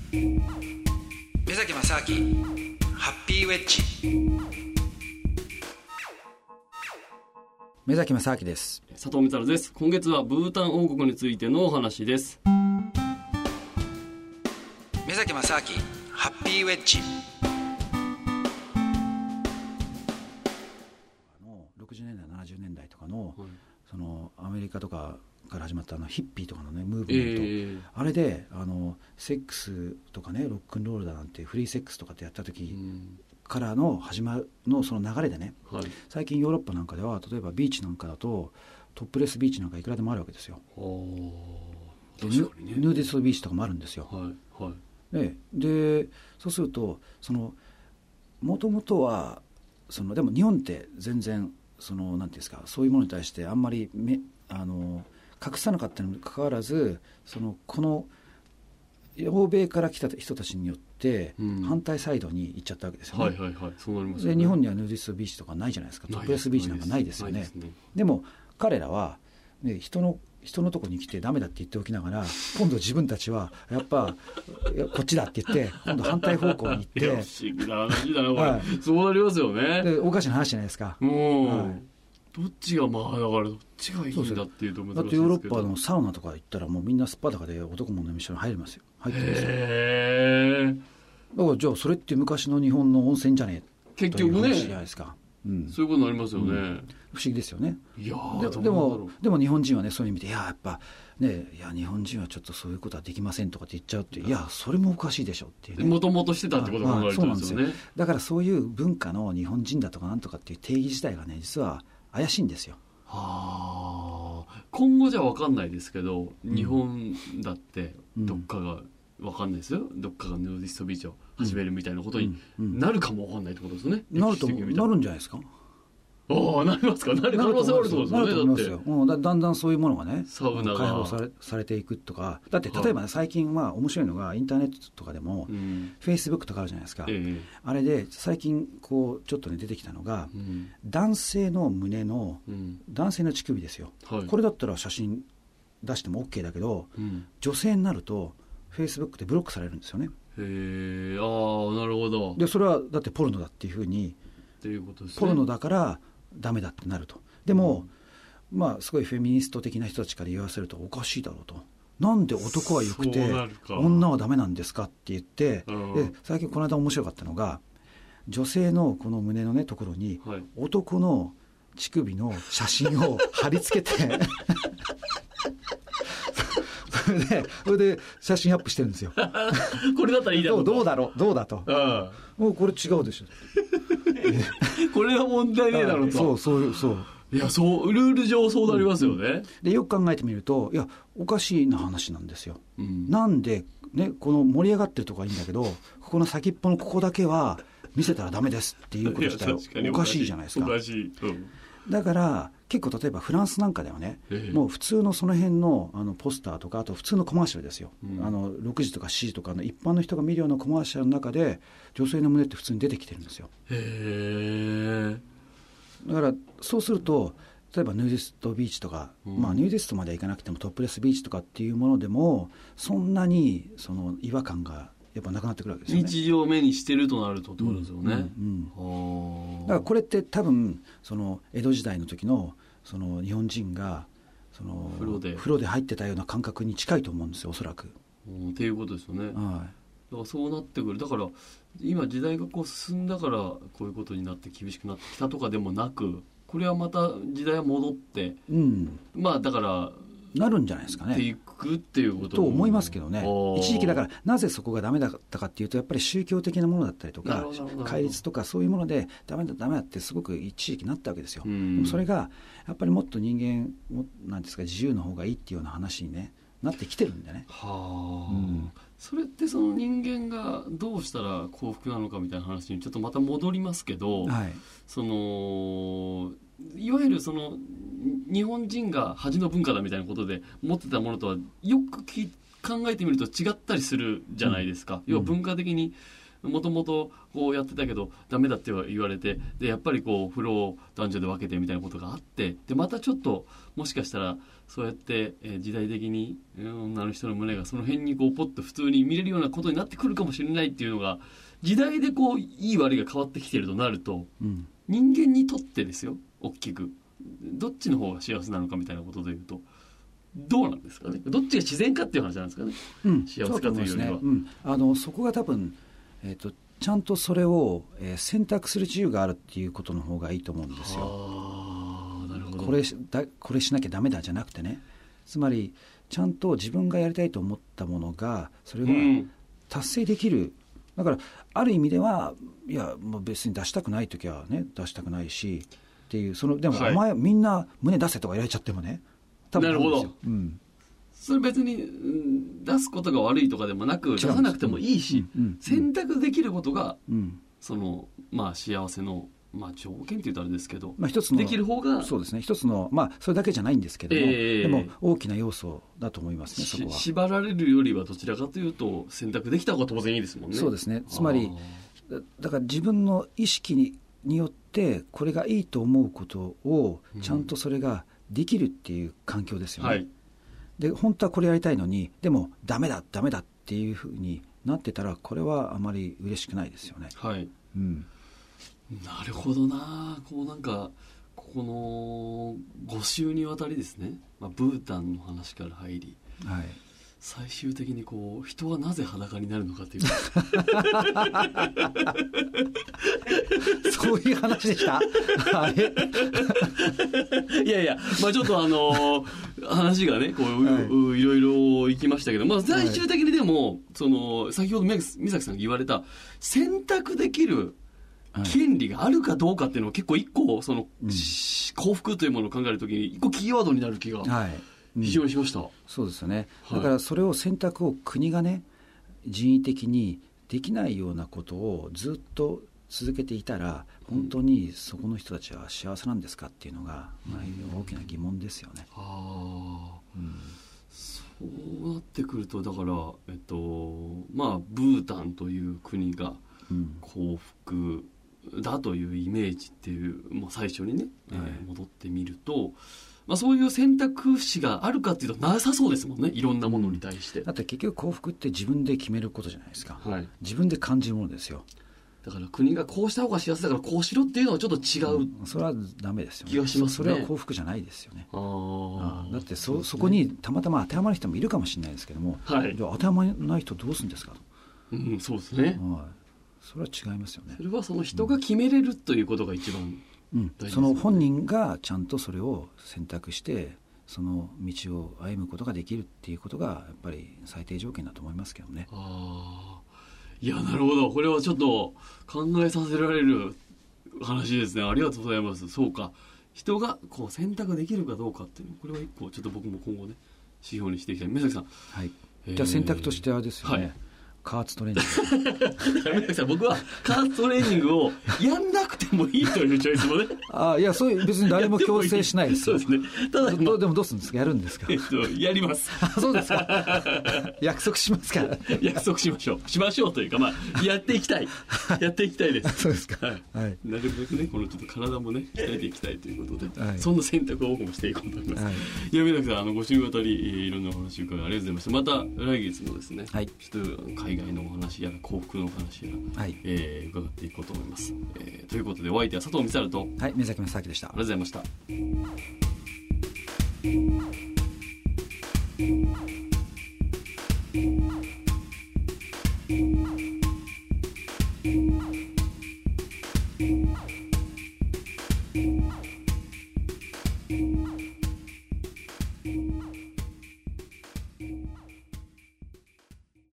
目崎正明ハッピーウェッジ。目崎正明です。 佐藤光です。今月はブータン王国についてのお話です。 目崎正明ハッピーウェッジ。60年代70年代とかの、そのアメリカとかから始まったヒッピーとかのねムーブメント、あれでセックスとかねロックンロールだなんてフリーセックスとかってやった時からの始まるのその流れでね、最近ヨーロッパなんかでは例えばビーチなんかだとトップレスビーチなんかいくらでもあるわけですよ。でヌーディストビーチとかもあるんですよ。でそうするともともとはでも日本って全然なんていうんですか、そういうものに対してあんまり隠さなかったにもかかわらずこの欧米から来た人たちによって反対サイドに行っちゃったわけですよね。 そうなりますよね。 で日本にはヌーディストビーチとかないじゃないですか。トップレスビーチなんかないですよね。でも彼らは、ね、人のとこに来てダメだって言っておきながら今度自分たちはやっぱこっちだって言って今度反対方向に行って不思議な話だなこれ、そうなりますよね。 でおかしな話じゃないですか。 どっちがだからどっちがいいんだっていうと難しいですけど、 だってヨーロッパのサウナとか行ったらもうみんなすっぱだかで男も一緒に入ってますよ。だからじゃあそれって昔の日本の温泉じゃねえ結局ねじゃないですか。 そういうことになりますよね。 不思議ですよね。 いやでも日本人はねそういう意味でやっぱね日本人はちょっとそういうことはできませんとかって言っちゃうってそれもおかしいでしょっていうね。 もともとしてたってことを考えるとですよね。 だからそういう文化の日本人だとかなんとかっていう定義自体がね実は怪しいんですよ。 今後じゃ分かんないですけど、日本だってどっかが分かんないですよ、どっかがヌーディストビーチを始めるみたいなことになるかも分かんないってことですよね。 なるんじゃないですか。 なりますか。なる可能性あるってことですよね。だってだんだんそういうものがねサウナが開放されていくとか。だって例えば、ね、最近は面白いのがインターネットとかでも、フェイスブックとかあるじゃないですか。あれで最近こうちょっとね出てきたのが、男性の胸の、男性の乳首ですよ、これだったら写真出しても OK だけど、女性になるとフェイスブックでブロックされるんですよね。 なるほど。 でそれはだってポルノだっていうふうにっていうことですね。 ポルノだからダメだってなると。でも、すごいフェミニスト的な人たちから言わせるとおかしいだろうと。なんで男は良くて女はダメなんですかって言って、で最近この間面白かったのが女性のこの胸のねところに、男の乳首の写真を貼り付けてそれで写真アップしてるんですよこれだったらいいだろうと。 どうだと、もうこれ違うでしょこれは問題ねえだろうと。そうルール上そうなりますよね。 でよく考えてみるとおかしいな話なんですよ。なんでねこの盛り上がってるとこはいいんだけどここの先っぽのここだけは見せたらダメですっていうこと自体おかしいじゃないですか。 おかしい、 だから結構例えばフランスなんかではね、もう普通のその辺のポスターとかあと普通のコマーシャルですよ、6時とか7時とかの一般の人が見るようなコマーシャルの中で女性の胸って普通に出てきてるんですよ。だからそうすると例えばヌーディストビーチとか、ヌーディストまではいかなくてもトップレスビーチとかっていうものでもそんなに違和感がやっぱなくなってくるわけですよね。 日常目にしてるとなるとってことですよね。 だからこれって多分江戸時代の時の日本人が風呂で入ってたような感覚に近いと思うんですよおそらく。 っていうことですよね。だからそうなってくる。だから今時代がこう進んだからこういうことになって厳しくなってきたとかでもなく、これはまた時代は戻って、だからなるんじゃないですかね。 っていくっていうことと思いますけどね。一時期だからなぜそこがダメだったかっていうとやっぱり宗教的なものだったりとか戒律とかそういうものでダメだってすごく一時期なったわけですよ。でもそれがやっぱりもっと人間なんですか自由の方がいいっていうような話に、ね、なってきてるんでね。 それってその人間がどうしたら幸福なのかみたいな話にちょっとまた戻りますけど、いわゆる日本人が恥の文化だみたいなことで持ってたものとはよく考えてみると違ったりするじゃないですか。要は文化的にもともとこうやってたけどダメだって言われて、でやっぱりこう風呂を男女で分けてみたいなことがあって、でまたちょっともしかしたらそうやって、時代的に女の人の胸がその辺にこうポッと普通に見れるようなことになってくるかもしれないっていうのが、時代でこういい悪いが変わってきているとなると、人間にとってですよ、大きくどっちの方が幸せなのかみたいなことでいうとどうなんですかね。どっちが自然かっていう話なんですかね、幸せかというよりは。 そこが多分、ちゃんとそれを、選択する自由があるっていうことの方がいいと思うんですよ。 なるほど。 これしなきゃダメだじゃなくてね、つまりちゃんと自分がやりたいと思ったものがそれは達成できる、だからある意味ではいやもう別に出したくないときはね出したくないしっていう、でも、お前みんな胸出せとか言われちゃってもね、多分なるほど、それ別に出すことが悪いとかでもなく、出さなくてもいいし、選択できることが、その幸せの、条件って言うとあれですけど、 一つのできる方がそうですね、一つのそれだけじゃないんですけども、でも大きな要素だと思いますね。そこは縛られるよりはどちらかというと選択できた方が当然いいですもんね。 そうですね、つまりだから自分の意識によってこれがいいと思うことをちゃんとそれができるっていう環境ですよね、で本当はこれやりたいのにでもダメだっていうふうになってたら、これはあまり嬉しくないですよね。 なるほどな。こうなんかこの5週にわたりですね、ブータンの話から入り、最終的にこう人はなぜ裸になるのかというそういう話でしたあれいやちょっと話がねこう、いろいろいきましたけど、最終的にでも、その先ほど三崎さんが言われた選択できる権利があるかどうかっていうのは結構一個その、幸福というものを考えるときに一個キーワードになる気が非常にしました。 そうですよね。だからそれを選択を国がね人為的にできないようなことをずっと続けていたら、本当にそこの人たちは幸せなんですかっていうのが、大きな疑問ですよね。 そうなってくると、だから、ブータンという国が幸福だというイメージっていう、最初にね、戻ってみると、そういう選択肢があるかっていうとなさそうですもんね、いろんなものに対して。 だって結局幸福って自分で決めることじゃないですか、自分で感じるものですよ。 だから国がこうした方が幸せだからこうしろっていうのはちょっと違う、 それはダメですよね。 気がしますね。 それは幸福じゃないですよね。だってそこにたまたま当てはまる人もいるかもしれないですけども、じゃあ当てはまらない人どうするんですかと、 そうですね、 それは違いますよね。 それはその人が決めれるということが一番大事ですよね。 その本人がちゃんとそれを選択してその道を歩むことができるっていうことがやっぱり最低条件だと思いますけどね。 いや、なるほど。これはちょっと考えさせられる話ですね。ありがとうございます。そうか、人がこう選択できるかどうかっていうの、これは一個ちょっと僕も今後ね指標にしていきたい。目崎さん、 じゃあ選択としてはですよね、加圧トレーニング目崎さん、僕は加圧トレーニングをやんなくてもいいというチョイスもねいや、そういう別に誰も強制しないですよ。 そうですね。ただでもどうするんですか、やるんですか。 やりますそうですか約束しますから約束しましょうというか、やっていきたいですそうですか、 なるべくねこのちょっと体もね鍛えていきたいということで、そんな選択を僕もしていこうと思います。いや、目崎さん、5週にわたりいろんなお話を伺いありがとうございました。また来月もですね、ちょっと海外のお話や幸福のお話や、伺っていこうと思います。ということで、お相手は佐藤美沙と、 目崎正明でした。 ありがとうございました。